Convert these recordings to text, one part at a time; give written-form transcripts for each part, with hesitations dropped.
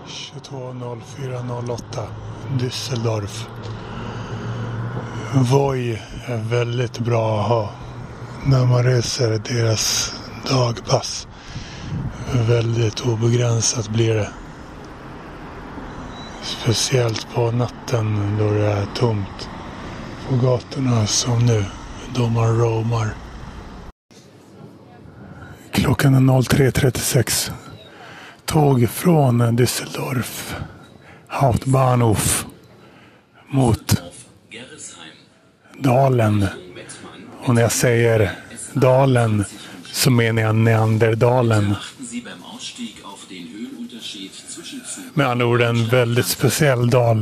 22.04.08 Düsseldorf. Voi är väldigt bra att ha när man reser deras dagpass. Väldigt obegränsat blir det. Speciellt på natten då det är tomt på gatorna som nu, då man roamar. Klockan är 03.36. Tåg från Düsseldorf Hauptbahnhof mot Dalen. Och när jag säger Dalen så menar jag Neanderdalen. Med andra ord en väldigt speciell dal.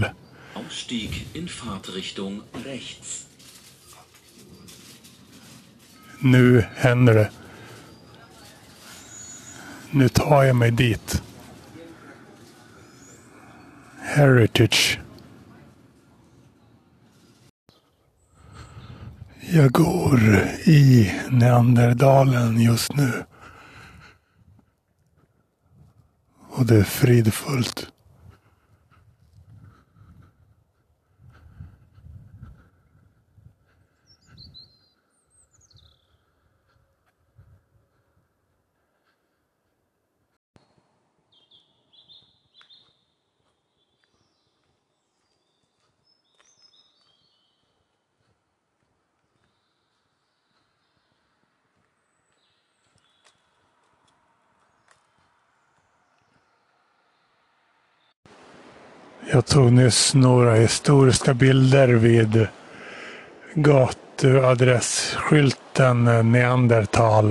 Nu händer det. Nu tar jag mig dit. Heritage. Jag går i Neanderdalen just nu. Och det är fridfullt. Jag tog nyss några historiska bilder vid gatuadressskylten Neandertal.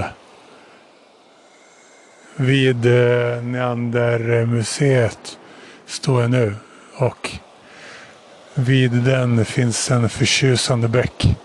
Vid Neandermuseet står jag nu och vid den finns en förtjusande bäck.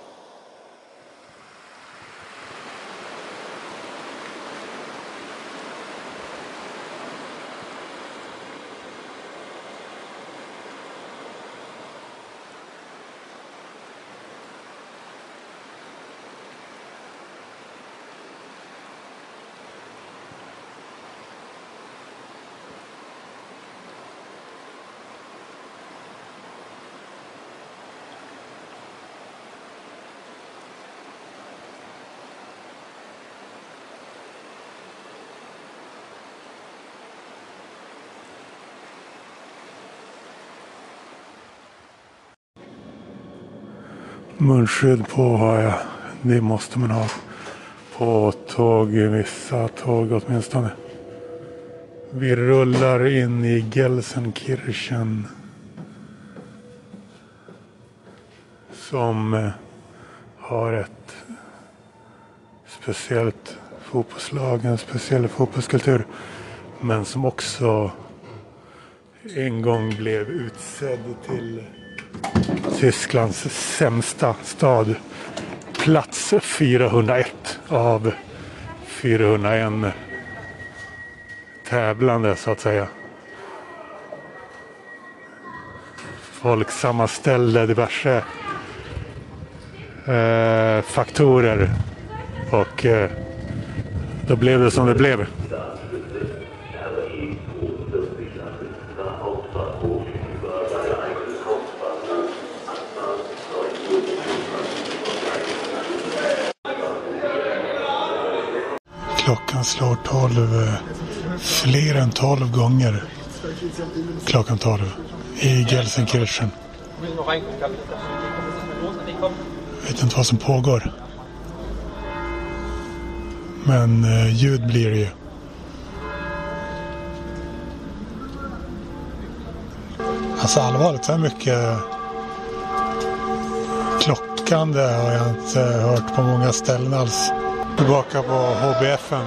Munskydd på har jag. Det måste man ha på tåg, vissa tåg åtminstone. Vi rullar in i Gelsenkirchen. Som har ett speciellt fotbollslag, en speciell fotbollskultur. Men som också en gång blev utsedd till Tysklands sämsta stad. Plats 401 av 401 tävlande så att säga. Folk sammanställde diverse faktorer och då blev det som det blev. Klockan slår 12, fler än 12 gånger. Klockan 12 i Gelsenkirchen. Vet inte vad som pågår. Men ljud blir det ju. Alltså allvarligt, så här mycket klockan det har jag inte hört på många ställen alls. Tillbaka på HBF:en.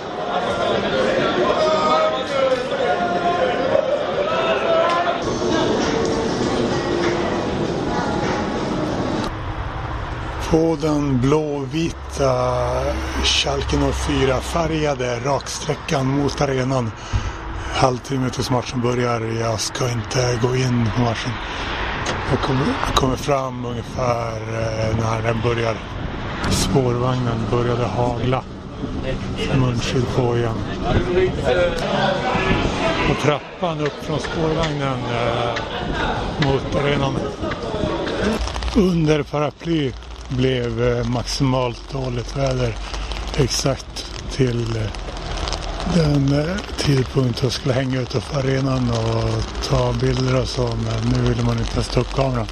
På den blåvita Schalke 04-färgade raksträckan mot arenan. Halvtimme tills matchen börjar. Jag ska inte gå in på matchen. Jag kommer fram ungefär när den börjar. Spårvagnen började hagla. Munskydd på igen. Och trappan upp från spårvagnen mot arenan. Under paraply blev maximalt dåligt väder exakt till den tidpunkt jag skulle hänga utanför arenan och ta bilder och så, men nu ville man inte stå upp kameran.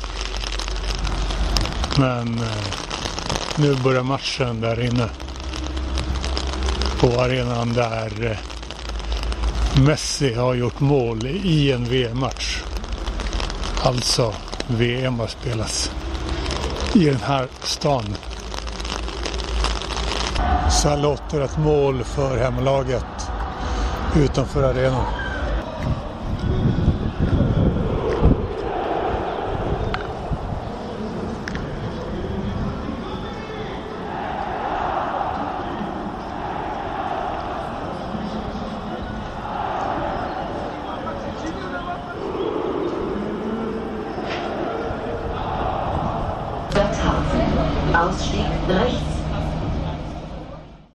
Men nu börjar matchen där inne på arenan där Messi har gjort mål i en VM-match. Alltså VM har spelats i den här stan. Salotter ett mål för hemmalaget utanför arenan. Ausstieg rechts.